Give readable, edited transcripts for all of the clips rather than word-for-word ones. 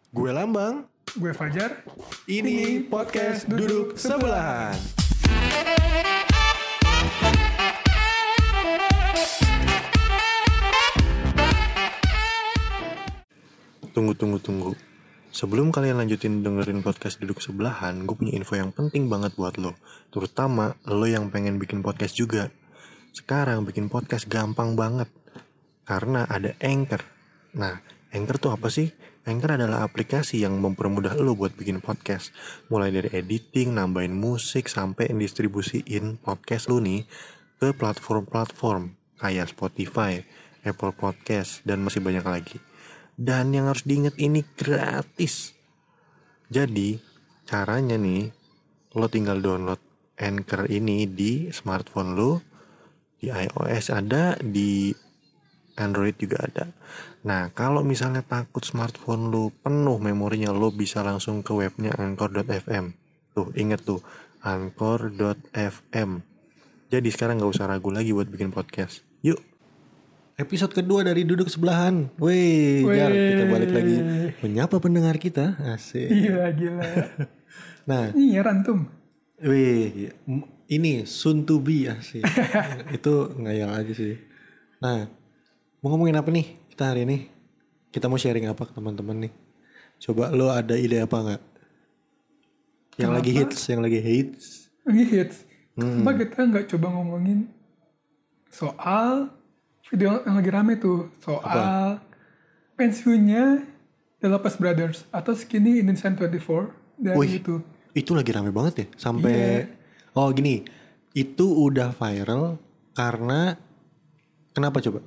Gue Lambang. Gue Fajar. Ini podcast Duduk Sebelahan. Tunggu. Sebelum kalian lanjutin dengerin podcast Duduk Sebelahan, gue punya info yang penting banget buat lo. Terutama lo yang pengen bikin podcast juga. Sekarang bikin podcast gampang banget. Karena ada Anchor. Nah, Anchor tuh apa sih? Anchor adalah aplikasi yang mempermudah lo buat bikin podcast. Mulai dari editing, nambahin musik, sampai distribusiin podcast lo nih ke platform-platform kayak Spotify, Apple Podcast, dan masih banyak lagi. Dan yang harus diingat, ini gratis. Jadi caranya nih, lo tinggal download Anchor ini di smartphone lo. Di iOS ada, di Android juga ada. Nah, kalau misalnya takut smartphone lo penuh memorinya, lo bisa langsung ke webnya anchor.fm. Tuh, inget tuh, anchor.fm. Jadi sekarang gak usah ragu lagi buat bikin podcast. Yuk. Episode kedua dari Duduk Sebelahan. Wih, Jar, kita balik lagi menyapa pendengar kita. Asik. Gila. Nah, Iya rantum. wih, ini soon to be, asik. Itu ngayal aja sih. Nah, mau ngomongin apa nih kita hari ini? Kita mau sharing apa ke teman-teman nih? Coba lo ada ide apa nggak? Yang lagi hits, Lagi hits. Kenapa kita nggak coba ngomongin soal video yang lagi rame tuh, soal pensiunnya The Lopez Brothers atau Skinny Innocent 24 dari YouTube. Itu lagi rame banget ya, sampai oh gini, itu udah viral karena kenapa coba?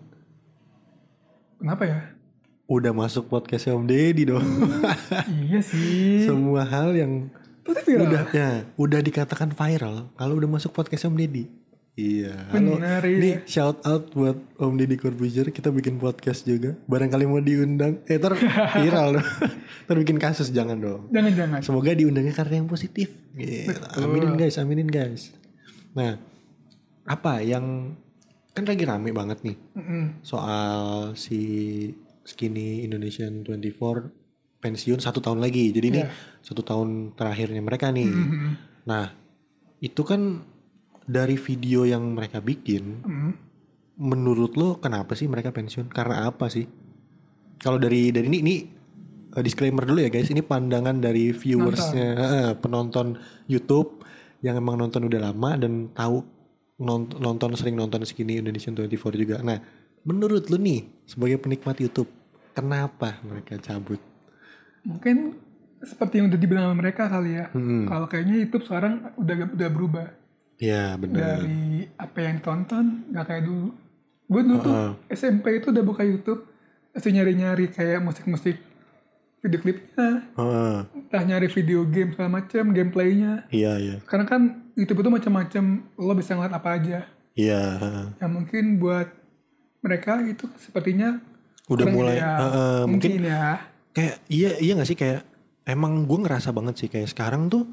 Kenapa ya? Udah masuk podcastnya Om Deddy dong. Iya sih. Semua hal yang Pasti viral. udah dikatakan viral kalau udah masuk podcastnya Om Deddy. Iya, halo. Benar, Nih shout out buat Om Deddy Corbuzier, kita bikin podcast juga. Barangkali mau diundang, viral dong. Ntar bikin kasus, jangan dong. Jangan. Semoga diundangnya karena yang positif. Gila. Aminin guys. Nah, apa yang kan lagi rame banget nih soal si Skinny Indonesian 24 pensiun 1 tahun lagi. Jadi ini 1 tahun terakhirnya mereka nih. Nah, itu kan dari video yang mereka bikin, menurut lo kenapa sih mereka pensiun? Karena apa sih? Kalau dari ini disclaimer dulu ya guys, ini pandangan dari viewersnya, penonton YouTube yang emang nonton udah lama dan tahu sering nonton Skinny Indonesian 24 juga. Nah, menurut lo nih sebagai penikmat YouTube, kenapa mereka cabut? Mungkin seperti yang udah dibilang sama mereka kali ya. Kalau kayaknya YouTube sekarang udah berubah. Ya benar. Dari apa yang ditonton gak kayak dulu. Gue dulu tuh SMP itu udah buka YouTube, masih nyari-nyari kayak musik-musik video klipnya, entah nyari video game segala macam, gameplaynya. Iya. Karena kan YouTube itu macam-macam, lo bisa ngeliat apa aja. Iya. Yang mungkin buat mereka itu sepertinya udah mulai mungkin ya. Kayak iya gak sih, kayak emang gue ngerasa banget sih kayak sekarang tuh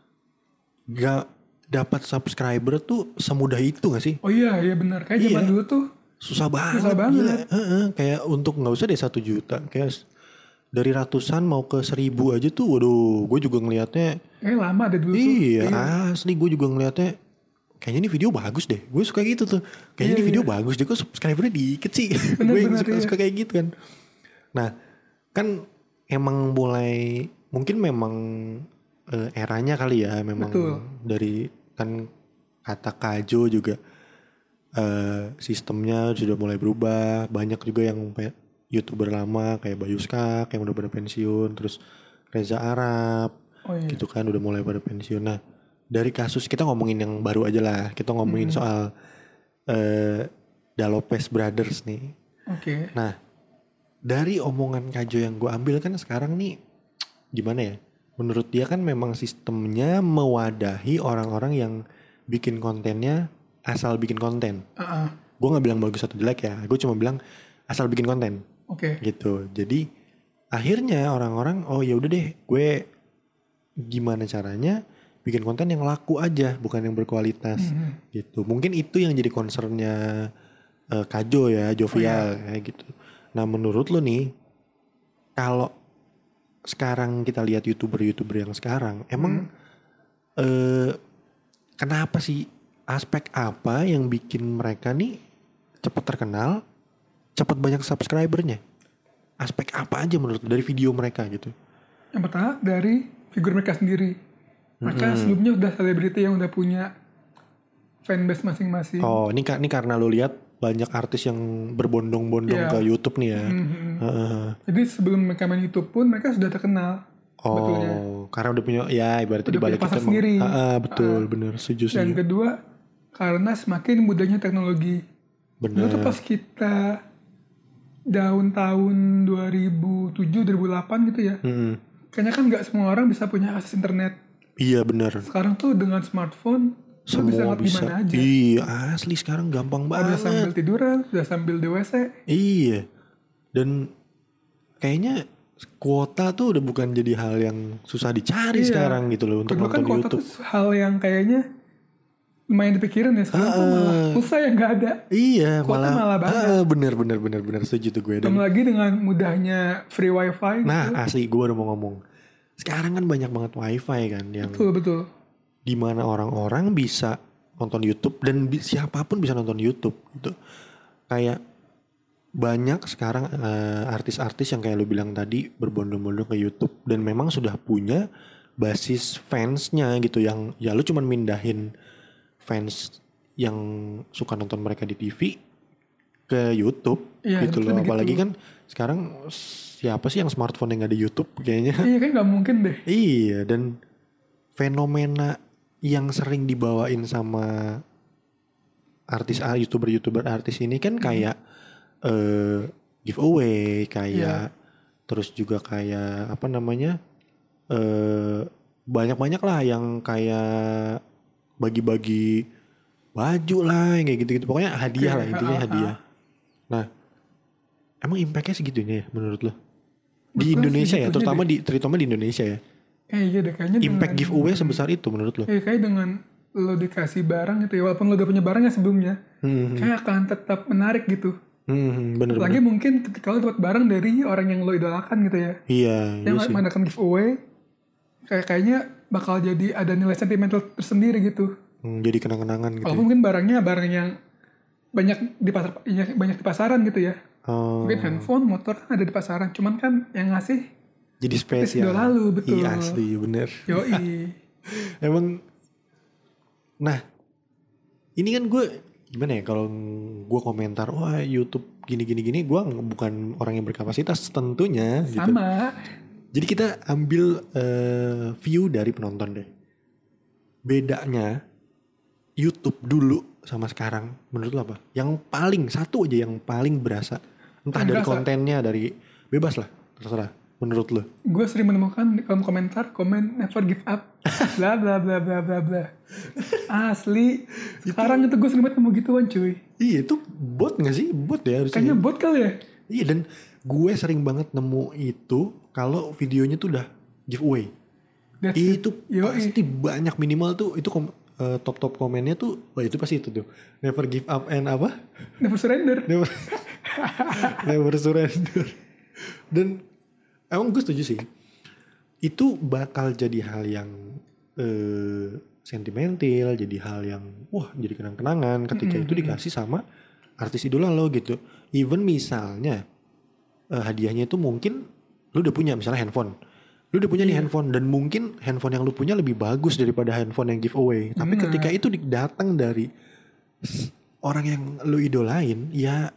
gak dapat subscriber tuh semudah itu gak sih? Oh iya benar. Kayak zaman dulu tuh susah banget. Kayak untuk gak usah deh 1 juta, kayak dari ratusan mau ke 1000 aja tuh, waduh, gue juga ngelihatnya kayak lama deh dulu tuh. Iya, asli gue juga ngelihatnya kayaknya ini video bagus deh. Gue suka gitu tuh. Kayaknya ini video bagus deh, kok subscribernya dikit sih. Gue suka kayak gitu kan. Nah, kan emang mulai mungkin memang eranya kali ya, memang dari kan kata Kajo juga sistemnya sudah mulai berubah. Banyak juga yang YouTuber lama kayak Bayu Skak yang udah pada pensiun, terus Reza Arab gitu kan udah mulai pada pensiun. Nah, dari kasus kita ngomongin yang baru aja lah, kita ngomongin soal The Lopez Brothers nih. Nah, dari omongan Kajo yang gue ambil kan sekarang nih, gimana ya? Menurut dia kan memang sistemnya mewadahi orang-orang yang bikin kontennya asal bikin konten. Gue gak bilang bagus atau jelek ya, gue cuma bilang asal bikin konten. Gitu. Jadi akhirnya orang-orang ya udah deh, gue gimana caranya bikin konten yang laku aja, bukan yang berkualitas. Gitu. Mungkin itu yang jadi concernnya Kajo ya, Jovial kayak gitu. Nah, menurut lo nih, kalau sekarang kita lihat YouTuber yang sekarang, emang kenapa sih, aspek apa yang bikin mereka nih cepat terkenal, cepat banyak subscribernya? Aspek apa aja menurut lu dari video mereka gitu? Yang pertama dari figur mereka sendiri. Mereka sebelumnya udah selebriti yang udah punya fanbase masing-masing. Oh, ini karena lu lihat banyak artis yang berbondong-bondong ke YouTube nih ya. Jadi sebelum mereka main YouTube pun mereka sudah terkenal. Betulnya. Karena udah punya, ya ibaratnya Udah dibalik punya pasar kita sendiri. betul, bener, setuju. Dan kedua, karena semakin mudahnya teknologi. Dulu tuh pas kita tahun 2007-2008 gitu ya. Kayaknya kan nggak semua orang bisa punya akses internet. Iya bener. Sekarang tuh dengan smartphone, lu bisa ngeliat gimana aja. Iya asli sekarang gampang banget. Udah sambil tiduran, udah sambil di WC. Iya. Dan kayaknya kuota tuh udah bukan jadi hal yang susah dicari sekarang gitu loh untuk nonton kuota YouTube. Tuh hal yang kayaknya lumayan dipikirin ya. Sekarang tuh malah pulsa yang gak ada. Iya, kuota malah banyak. Bener setuju tuh gue. Dan lagi dengan mudahnya free wifi. Nah gitu. asli gue udah mau ngomong. Sekarang kan banyak banget wifi kan yang betul. Dimana orang-orang bisa nonton YouTube dan siapapun bisa nonton YouTube gitu. Kayak banyak sekarang artis-artis yang kayak lu bilang tadi berbondong-bondong ke YouTube dan memang sudah punya basis fansnya gitu, yang ya lu cuman mindahin fans yang suka nonton mereka di TV ke YouTube gitu loh. Apalagi kan sekarang siapa sih yang smartphone yang gak ada YouTube kayaknya? Iya kan gak mungkin deh. Iya, dan fenomena yang sering dibawain sama artis YouTuber artis ini kan kayak giveaway, kayak terus juga kayak apa namanya, banyak-banyak lah yang kayak bagi-bagi baju lah yang kayak gitu-gitu, pokoknya hadiah lah intinya hadiah. Nah, emang impactnya segitunya ya menurut lo? Di Indonesia ya, terutama di Indonesia ya. Iya deh kayaknya. Impact giveaway sebesar itu menurut lo? Kayak dengan lo dikasih barang gitu ya, walaupun lo udah punya barangnya sebelumnya, kayak akan tetap menarik gitu. Bener. Lagi mungkin ketika lo dapat barang dari orang yang lo idolakan gitu ya. Iya. Yang mengadakan giveaway, kayaknya bakal jadi ada nilai sentimental tersendiri gitu. Jadi kenang-kenangan gitu. Walaupun mungkin barangnya barang yang banyak di pasaran gitu ya. Mungkin handphone, motor kan ada di pasaran, cuman kan yang ngasih jadi spesial. Lalu betul. Iya asli bener. Yoi. Emang, nah ini kan gue gimana ya, kalau gue komentar wah YouTube gini, gue bukan orang yang berkapasitas tentunya. Sama. Gitu. Jadi kita ambil view dari penonton deh. Bedanya YouTube dulu sama sekarang menurut lo apa? Yang paling satu aja yang paling berasa. Entah dari kontennya, dari bebas lah, terserah. Menurut lo? Gue sering menemukan di kolom komentar komen never give up, bla bla bla bla bla bla. Asli. Sekarang itu gue sering banget nemu gituan cuy. Iya itu bot gak sih? Bot ya harusnya. Kayaknya bot kali ya. Iya, dan gue sering banget nemu itu kalau videonya tuh udah giveaway. Itu pasti banyak, minimal tuh itu top komennya tuh, wah itu pasti itu tuh never give up and apa? Never surrender. Never surrender. Dan emang gue setuju sih, itu bakal jadi hal yang sentimental, jadi hal yang wah jadi kenang-kenangan ketika itu dikasih sama artis idola lo gitu. Even misalnya hadiahnya itu mungkin lu udah punya misalnya handphone. Lu udah punya nih handphone, dan mungkin handphone yang lu punya lebih bagus daripada handphone yang giveaway. Tapi ketika itu datang dari orang yang lu idolain, ya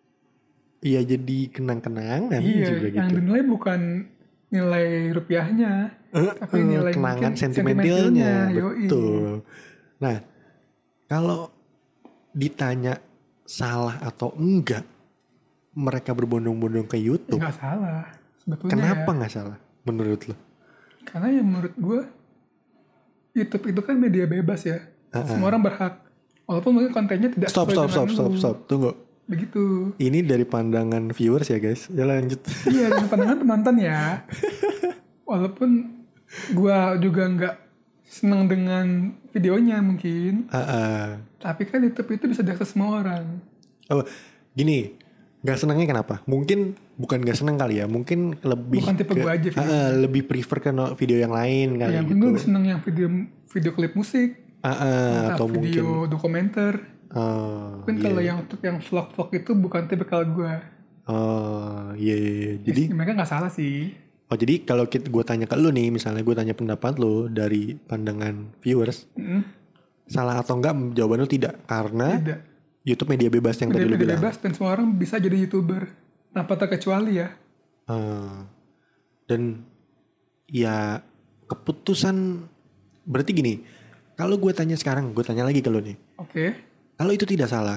jadi kenang-kenangan juga gitu. Yang dinilai bukan nilai rupiahnya, tapi nilai kenangan sentimentalnya. Betul. Nah, kalau ditanya salah atau enggak mereka berbondong-bondong ke YouTube, nggak salah sebetulnya. Kenapa nggak salah menurut lo? Karena yang menurut gue, YouTube itu kan media bebas ya. Semua orang berhak, walaupun mungkin kontennya tidak Stop. Tunggu. Begitu. Ini dari pandangan viewers ya guys. Ya lanjut. Iya, dari pandangan penonton ya. Walaupun gue juga nggak senang dengan videonya mungkin. Tapi kan YouTube itu bisa diakses semua orang. Oh, gini. Gak senengnya kenapa? Mungkin bukan gak seneng kali ya. Mungkin lebih Bukan tipe gue aja video. lebih prefer ke video yang lain Ya, kayak gue gitu. lebih seneng yang video klip musik, Atau mungkin video dokumenter. Mungkin iya. kalau yang untuk yang vlog-vlog itu bukan tipikal gue. Iya. Jadi mereka nggak salah sih. jadi kalau gue tanya ke lu nih, misalnya gue tanya pendapat lu dari pandangan viewers, salah atau enggak? Jawaban lu tidak, karena Tidak. YouTube media bebas yang tadi lu Media bilang. bebas dan semua orang bisa jadi YouTuber tanpa terkecuali ya. Dan ya keputusan berarti gini, kalau gue tanya sekarang, gue tanya lagi ke lu nih, Oke. kalau itu tidak salah,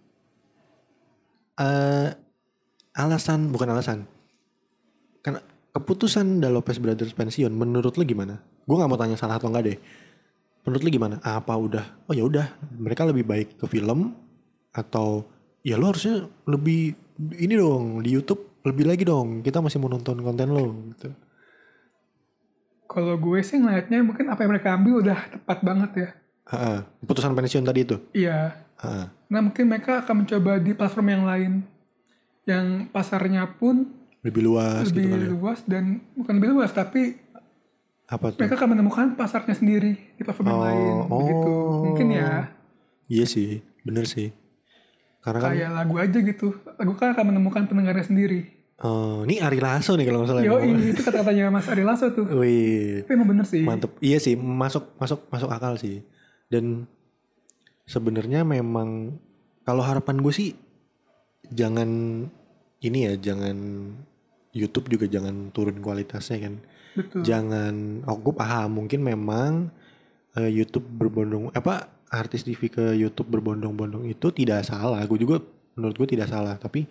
bukan alasan, karena keputusan Da Lopez Brothers pensiun, menurut lu gimana? Gue nggak mau tanya salah atau enggak deh. Menurut lu gimana? Apa udah? Oh ya udah, mereka lebih baik ke film, atau ya lo harusnya lebih ini dong di YouTube lebih lagi dong. Kita masih mau nonton konten lo gitu. Kalau gue sih ngeliatnya mungkin apa yang mereka ambil udah tepat banget ya. Keputusan pensiun tadi itu. Iya. Nah mungkin mereka akan mencoba di platform yang lain, yang pasarnya pun lebih luas gitu kan ya. luas dan bukan lebih luas tapi Apa tuh? mereka akan menemukan pasarnya sendiri di platform yang lain begitu. Mungkin ya. Iya sih, bener sih. Karena kan kayak lagu aja gitu. Lagu kan akan menemukan pendengarnya sendiri. Ini Ari Lasso nih kalau nggak salah. Itu kata-katanya Mas Ari Lasso tuh. Wih. Tapi emang bener sih. Mantep. Iya sih, masuk akal sih. Dan sebenarnya memang kalau harapan gue sih jangan jangan YouTube juga jangan turun kualitasnya kan. Betul. Jangan, gue paham mungkin memang YouTube artis TV ke YouTube berbondong-bondong itu tidak salah. Menurut gue tidak salah. Tapi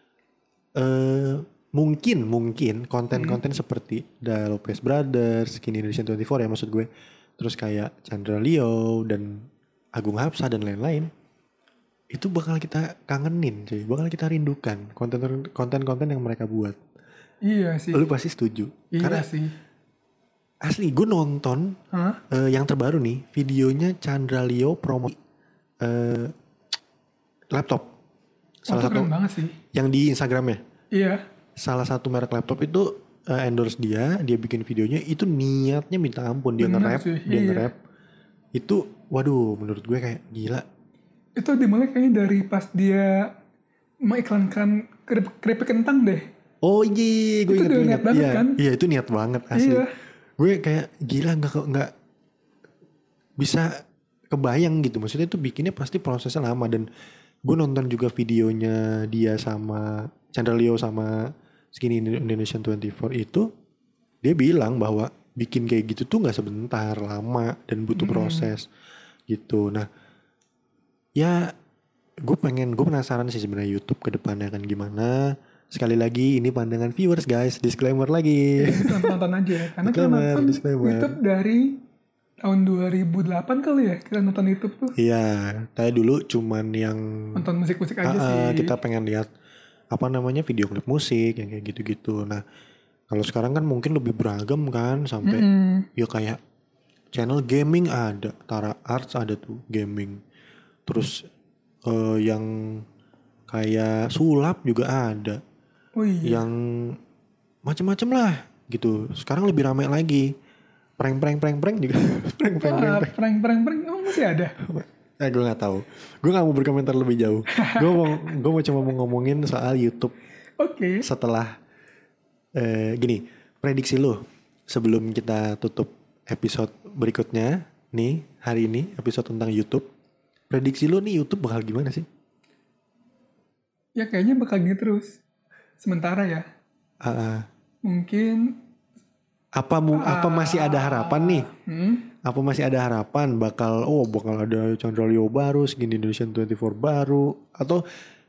mungkin konten-konten seperti Da Lopez Brothers, Skinny Indonesian 24 ya maksud gue. Terus kayak Chandra Leo dan Agung Hapsah dan lain-lain. Itu bakal kita kangenin cuy. Bakal kita rindukan konten-konten yang mereka buat. Iya sih. Lu pasti setuju. Iya Karena sih. asli gue nonton yang terbaru nih, videonya Chandra Leo promo laptop. Salah satu keren banget sih. yang di Instagramnya. Iya. Salah satu merek laptop itu endorse dia bikin videonya itu niatnya minta ampun, dia nge-rap. Itu waduh menurut gue kayak gila. Itu dimulai kayaknya dari pas dia mengiklankan keripik kentang deh. Oh iya, gue ingat niat banget kan? Iya itu niat banget asli. Iya. Gue kayak gila nggak bisa kebayang gitu. Maksudnya itu bikinnya pasti prosesnya lama. Dan gue nonton juga videonya dia sama Chandra Leo sama Skinny Indonesian 24 itu, dia bilang bahwa bikin kayak gitu tuh nggak sebentar, lama dan butuh proses gitu. Nah ya gue penasaran sih sebenarnya YouTube ke depannya akan gimana. Sekali lagi ini pandangan viewers guys, disclaimer lagi. Nonton aja karena kita nonton YouTube dari tahun 2008 kali ya kita nonton YouTube tuh. Iya, kayak dulu cuman yang nonton musik-musik aja sih. Kita pengen lihat video klip musik yang kayak gitu-gitu. Nah kalau sekarang kan mungkin lebih beragam kan, sampai ya kayak channel gaming ada, Tara Arts ada tuh gaming. Terus yang kayak sulap juga ada. Oh iya. Yang macam-macam lah gitu. Sekarang lebih ramai lagi. Prank juga. Prank emang masih ada? Gue nggak tahu. Gue nggak mau berkomentar lebih jauh. Gue mau cuma mau ngomongin soal YouTube. Oke. Setelah gini, prediksi lo sebelum kita tutup episode berikutnya nih hari ini episode tentang YouTube. Prediksi lo nih YouTube bakal gimana sih? Ya kayaknya bakal gitu terus. Sementara ya. Mungkin apa masih ada harapan nih? Apa masih ada harapan bakal ada Chandra Leo baru, Skinny Indonesian 24 baru, atau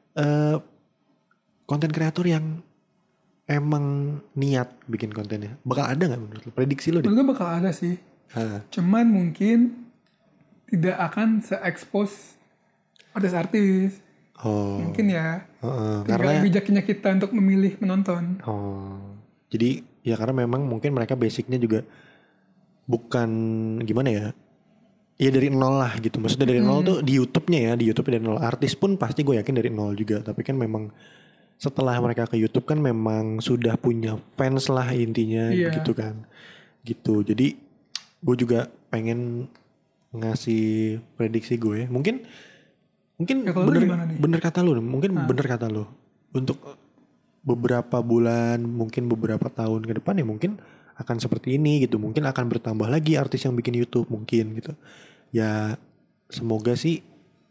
konten kreator yang emang niat bikin kontennya bakal ada nggak menurut lo? Prediksi lo deh. Menurut gue bakal ada sih. Cuman mungkin tidak akan se-expose artis-artis. Mungkin ya. Karena bijaknya kita untuk memilih menonton. Jadi ya karena memang mungkin mereka basicnya juga bukan gimana ya. Ya dari nol lah gitu. Maksudnya dari nol tuh di YouTube-nya ya. Di YouTube dari nol. Artis pun pasti gue yakin dari nol juga. Tapi kan memang setelah mereka ke YouTube kan memang sudah punya fans lah intinya Iya. gitu kan. Gitu. Jadi gue juga pengen ngasih prediksi gue. Mungkin Ya, kalau lu gimana nih? bener kata lu, bener kata lu. Untuk beberapa bulan, mungkin beberapa tahun ke depan ya mungkin akan seperti ini gitu. Mungkin akan bertambah lagi artis yang bikin YouTube mungkin gitu. Ya semoga sih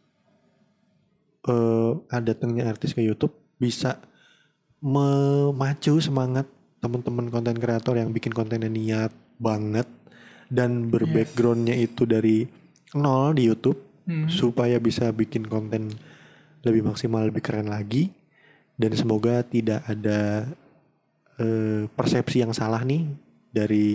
datangnya artis ke YouTube bisa memacu semangat teman-teman konten kreator yang bikin kontennya niat banget dan berbackgroundnya itu dari nol di YouTube supaya bisa bikin konten lebih maksimal, lebih keren lagi. Dan semoga tidak ada persepsi yang salah nih dari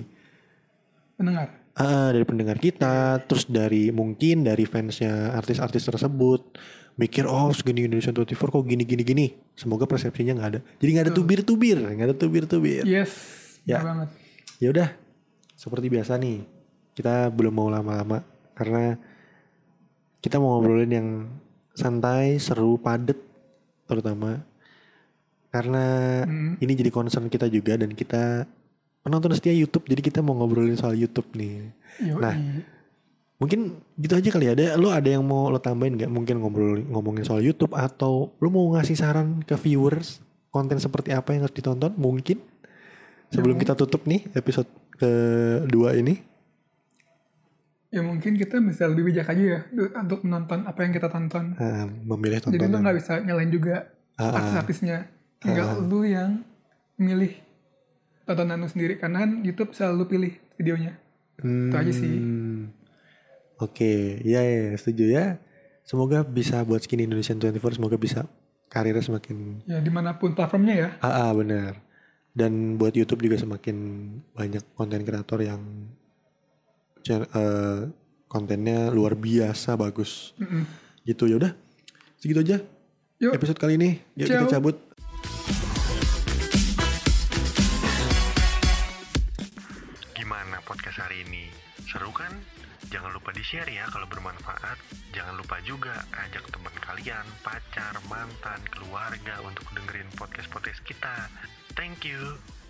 pendengar kita, terus mungkin dari fansnya artis-artis tersebut mikir segini Indonesian 24 kok gini. Semoga persepsinya nggak ada. Jadi nggak ada tubir-tubir. Yes, ya banget. Ya udah, seperti biasa nih, kita belum mau lama-lama karena kita mau ngobrolin yang santai, seru, padet, terutama karena ini jadi concern kita juga dan kita penonton setia YouTube, jadi kita mau ngobrolin soal YouTube nih. Nah, mungkin gitu aja kali ya. Ada yang mau lo tambahin nggak? Mungkin ngomongin soal YouTube atau lo mau ngasih saran ke viewers konten seperti apa yang harus ditonton? Mungkin sebelum kita tutup nih episode kedua ini. Ya mungkin kita bisa lebih bijak aja ya untuk menonton apa yang kita tonton. Memilih tontonan. Jadi lo nggak bisa nyalain juga artis-artisnya. Tinggal lu yang milih tontonan lu sendiri, karena kan YouTube selalu pilih videonya. Itu aja sih. Oke, ya setuju ya. Semoga bisa buat Skinny Indonesian 24, semoga bisa karirnya semakin ya dimanapun platformnya ya. Benar. Dan buat YouTube juga semakin banyak konten kreator yang kontennya luar biasa bagus. Gitu ya udah. Segitu aja. Yuk. Episode kali ini. Yuk kita cabut. Gimana podcast hari ini? Seru kan? Jangan lupa di-share ya kalau bermanfaat. Jangan lupa juga ajak teman kalian, pacar, mantan, keluarga untuk dengerin podcast-podcast kita. Thank you.